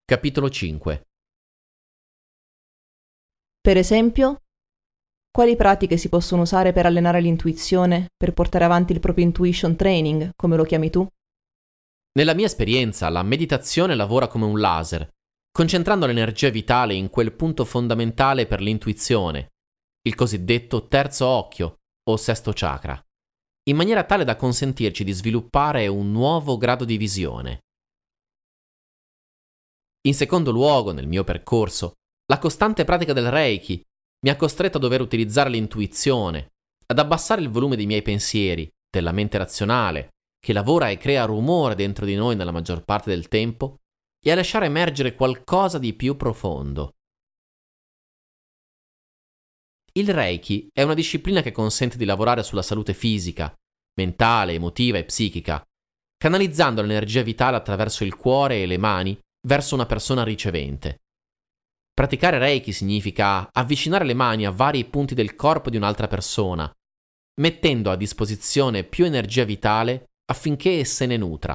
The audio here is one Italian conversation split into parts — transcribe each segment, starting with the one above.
Capitolo 5. Per esempio, quali pratiche si possono usare per allenare l'intuizione, per portare avanti il proprio intuition training, come lo chiami tu? Nella mia esperienza, la meditazione lavora come un laser, concentrando l'energia vitale in quel punto fondamentale per l'intuizione, il cosiddetto terzo occhio o sesto chakra, in maniera tale da consentirci di sviluppare un nuovo grado di visione. In secondo luogo, nel mio percorso, la costante pratica del Reiki mi ha costretto a dover utilizzare l'intuizione, ad abbassare il volume dei miei pensieri, della mente razionale, che lavora e crea rumore dentro di noi nella maggior parte del tempo, e a lasciare emergere qualcosa di più profondo. Il Reiki è una disciplina che consente di lavorare sulla salute fisica, mentale, emotiva e psichica, canalizzando l'energia vitale attraverso il cuore e le mani verso una persona ricevente. Praticare Reiki significa avvicinare le mani a vari punti del corpo di un'altra persona, mettendo a disposizione più energia vitale affinché se ne nutra.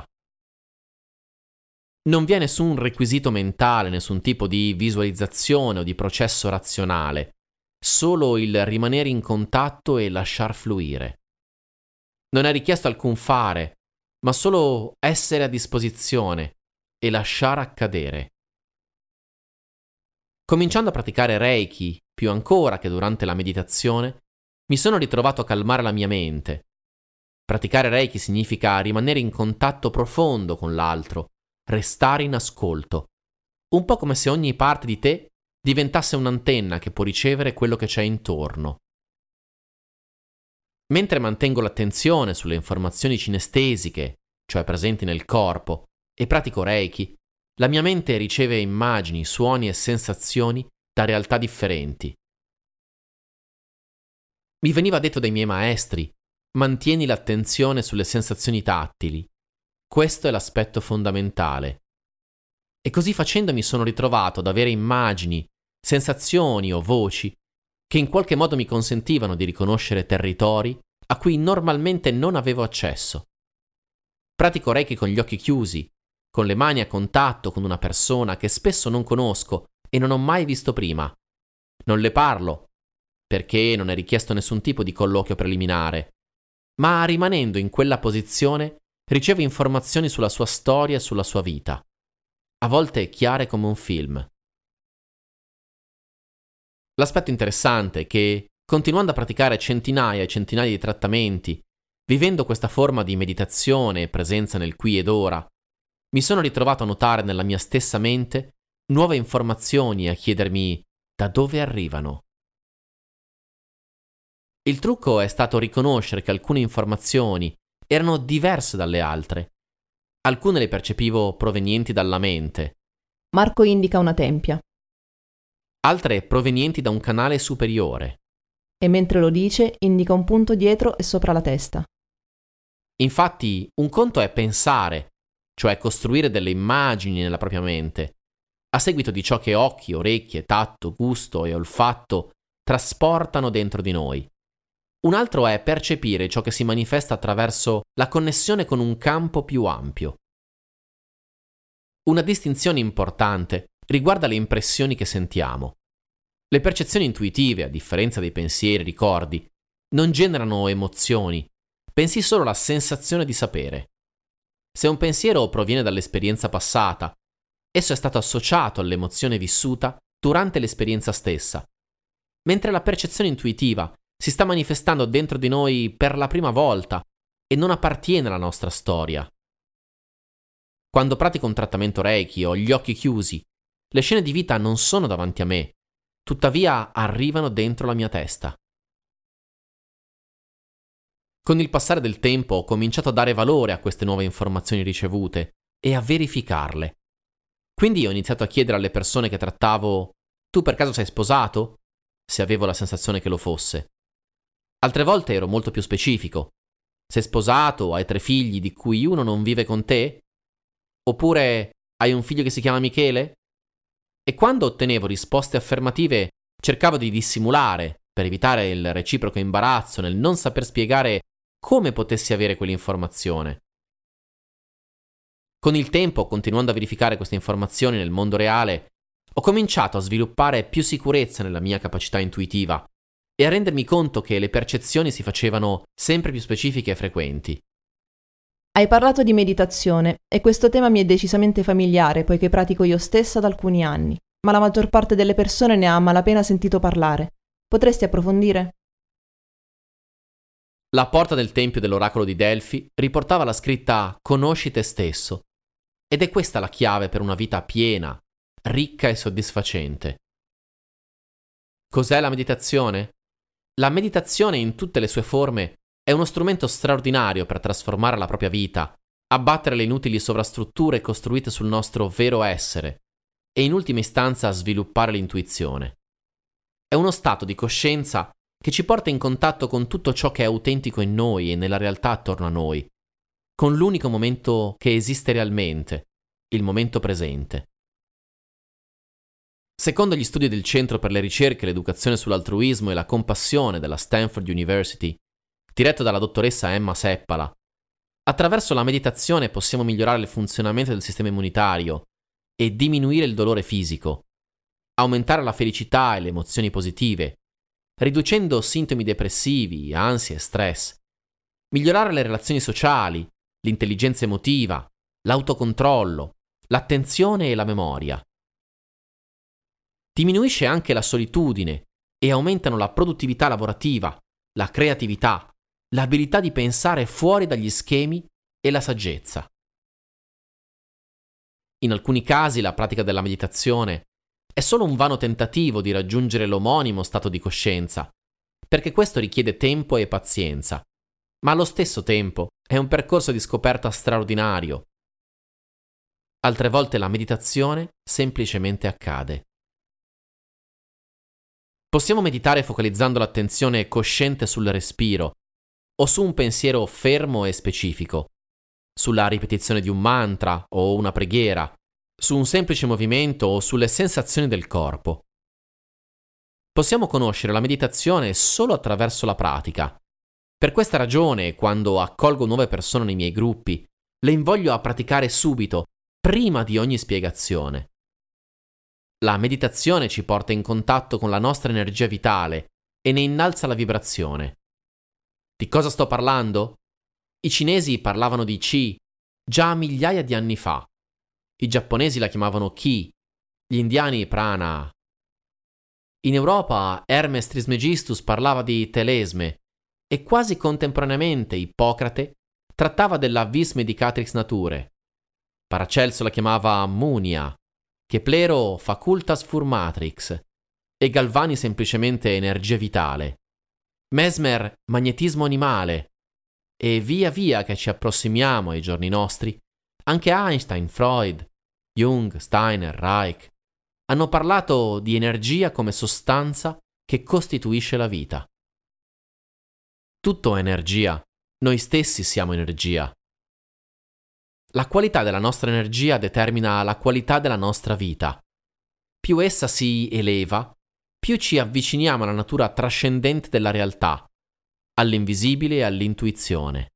Non vi è nessun requisito mentale, nessun tipo di visualizzazione o di processo razionale, solo il rimanere in contatto e lasciar fluire. Non è richiesto alcun fare, ma solo essere a disposizione e lasciare accadere. Cominciando a praticare Reiki, più ancora che durante la meditazione, mi sono ritrovato a calmare la mia mente. Praticare Reiki significa rimanere in contatto profondo con l'altro, restare in ascolto, un po' come se ogni parte di te diventasse un'antenna che può ricevere quello che c'è intorno. Mentre mantengo l'attenzione sulle informazioni cinestesiche, cioè presenti nel corpo, e pratico Reiki, la mia mente riceve immagini, suoni e sensazioni da realtà differenti. Mi veniva detto dai miei maestri: mantieni l'attenzione sulle sensazioni tattili. Questo è l'aspetto fondamentale. E così facendo mi sono ritrovato ad avere immagini, sensazioni o voci che in qualche modo mi consentivano di riconoscere territori a cui normalmente non avevo accesso. Pratico Reiki con gli occhi chiusi, con le mani a contatto con una persona che spesso non conosco e non ho mai visto prima. Non le parlo, perché non è richiesto nessun tipo di colloquio preliminare, ma rimanendo in quella posizione ricevo informazioni sulla sua storia e sulla sua vita, a volte chiare come un film. L'aspetto interessante è che, continuando a praticare centinaia e centinaia di trattamenti, vivendo questa forma di meditazione e presenza nel qui ed ora, mi sono ritrovato a notare nella mia stessa mente nuove informazioni e a chiedermi da dove arrivano. Il trucco è stato riconoscere che alcune informazioni erano diverse dalle altre. Alcune le percepivo provenienti dalla mente. Marco indica una tempia Altre provenienti da un canale superiore. e mentre lo dice indica un punto dietro e sopra la testa. Infatti, un conto è pensare, cioè costruire delle immagini nella propria mente, a seguito di ciò che occhi, orecchie, tatto, gusto e olfatto trasportano dentro di noi. Un altro è percepire ciò che si manifesta attraverso la connessione con un campo più ampio. Una distinzione importante riguarda le impressioni che sentiamo. Le percezioni intuitive, a differenza dei pensieri e ricordi, non generano emozioni, bensì solo la sensazione di sapere. Se un pensiero proviene dall'esperienza passata, esso è stato associato all'emozione vissuta durante l'esperienza stessa, mentre la percezione intuitiva si sta manifestando dentro di noi per la prima volta e non appartiene alla nostra storia. Quando pratico un trattamento Reiki ho gli occhi chiusi, le scene di vita non sono davanti a me, tuttavia arrivano dentro la mia testa. Con il passare del tempo ho cominciato a dare valore a queste nuove informazioni ricevute e a verificarle. Quindi ho iniziato a chiedere alle persone che trattavo: tu per caso sei sposato? Se avevo la sensazione che lo fosse. Altre volte ero molto più specifico: sei sposato, hai 3 figli di cui uno non vive con te? Oppure hai un figlio che si chiama Michele? E quando ottenevo risposte affermative cercavo di dissimulare per evitare il reciproco imbarazzo nel non saper spiegare come potessi avere quell'informazione. Con il tempo, continuando a verificare queste informazioni nel mondo reale, ho cominciato a sviluppare più sicurezza nella mia capacità intuitiva e a rendermi conto che le percezioni si facevano sempre più specifiche e frequenti. Hai parlato di meditazione e questo tema mi è decisamente familiare poiché pratico io stessa da alcuni anni, ma la maggior parte delle persone ne ha a malapena sentito parlare. Potresti approfondire? La porta del tempio dell'oracolo di Delfi riportava la scritta «Conosci te stesso» ed è questa la chiave per una vita piena, ricca e soddisfacente. Cos'è la meditazione? La meditazione in tutte le sue forme è uno strumento straordinario per trasformare la propria vita, abbattere le inutili sovrastrutture costruite sul nostro vero essere e in ultima istanza sviluppare l'intuizione. È uno stato di coscienza che ci porta in contatto con tutto ciò che è autentico in noi e nella realtà attorno a noi, con l'unico momento che esiste realmente, il momento presente. Secondo gli studi del Centro per le ricerche, l'educazione sull'altruismo e la compassione della Stanford University, diretto dalla dottoressa Emma Seppala, attraverso la meditazione possiamo migliorare il funzionamento del sistema immunitario e diminuire il dolore fisico, aumentare la felicità e le emozioni positive, riducendo sintomi depressivi, ansia e stress, migliorare le relazioni sociali, l'intelligenza emotiva, l'autocontrollo, l'attenzione e la memoria. Diminuisce anche la solitudine e aumentano la produttività lavorativa, la creatività, l'abilità di pensare fuori dagli schemi e la saggezza. In alcuni casi la pratica della meditazione è solo un vano tentativo di raggiungere l'omonimo stato di coscienza, perché questo richiede tempo e pazienza, ma allo stesso tempo è un percorso di scoperta straordinario. Altre volte la meditazione semplicemente accade. Possiamo meditare focalizzando l'attenzione cosciente sul respiro o su un pensiero fermo e specifico, sulla ripetizione di un mantra o una preghiera, su un semplice movimento o sulle sensazioni del corpo. Possiamo conoscere la meditazione solo attraverso la pratica. Per questa ragione, quando accolgo nuove persone nei miei gruppi, le invoglio a praticare subito, prima di ogni spiegazione. La meditazione ci porta in contatto con la nostra energia vitale e ne innalza la vibrazione. Di cosa sto parlando? I cinesi parlavano di Qi già migliaia di anni fa. I giapponesi la chiamavano Ki, gli indiani Prana. In Europa Hermes Trismegistus parlava di telesme e quasi contemporaneamente Ippocrate trattava della vis medicatrix nature. Paracelso la chiamava Munia, Keplero facultas furmatrix e Galvani semplicemente energia vitale. Mesmer magnetismo animale e via via che ci approssimiamo ai giorni nostri, anche Einstein, Freud, Jung, Steiner, Reich hanno parlato di energia come sostanza che costituisce la vita. Tutto è energia, noi stessi siamo energia. La qualità della nostra energia determina la qualità della nostra vita. Più essa si eleva, più ci avviciniamo alla natura trascendente della realtà, all'invisibile e all'intuizione.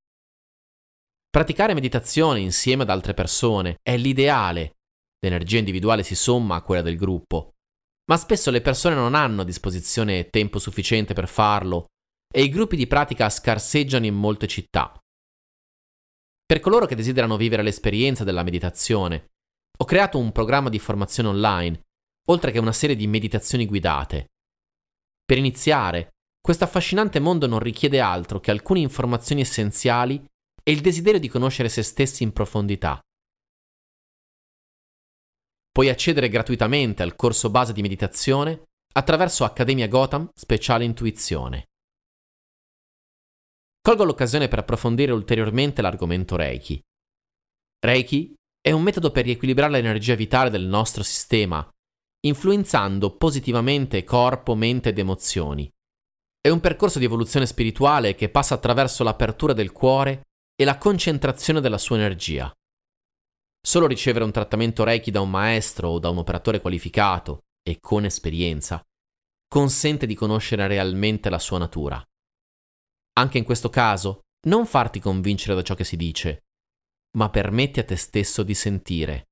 Praticare meditazione insieme ad altre persone è l'ideale. L'energia individuale si somma a quella del gruppo, ma spesso le persone non hanno a disposizione tempo sufficiente per farlo e i gruppi di pratica scarseggiano in molte città. Per coloro che desiderano vivere l'esperienza della meditazione, ho creato un programma di formazione online, oltre che una serie di meditazioni guidate. Per iniziare, questo affascinante mondo non richiede altro che alcune informazioni essenziali e il desiderio di conoscere se stessi in profondità. Puoi accedere gratuitamente al corso base di meditazione attraverso Accademia Gotham Speciale Intuizione. Colgo l'occasione per approfondire ulteriormente l'argomento Reiki. Reiki è un metodo per riequilibrare l'energia vitale del nostro sistema, influenzando positivamente corpo, mente ed emozioni. È un percorso di evoluzione spirituale che passa attraverso l'apertura del cuore e la concentrazione della sua energia. Solo ricevere un trattamento Reiki da un maestro o da un operatore qualificato e con esperienza consente di conoscere realmente la sua natura. Anche in questo caso, non farti convincere da ciò che si dice. ma permetti a te stesso di sentire.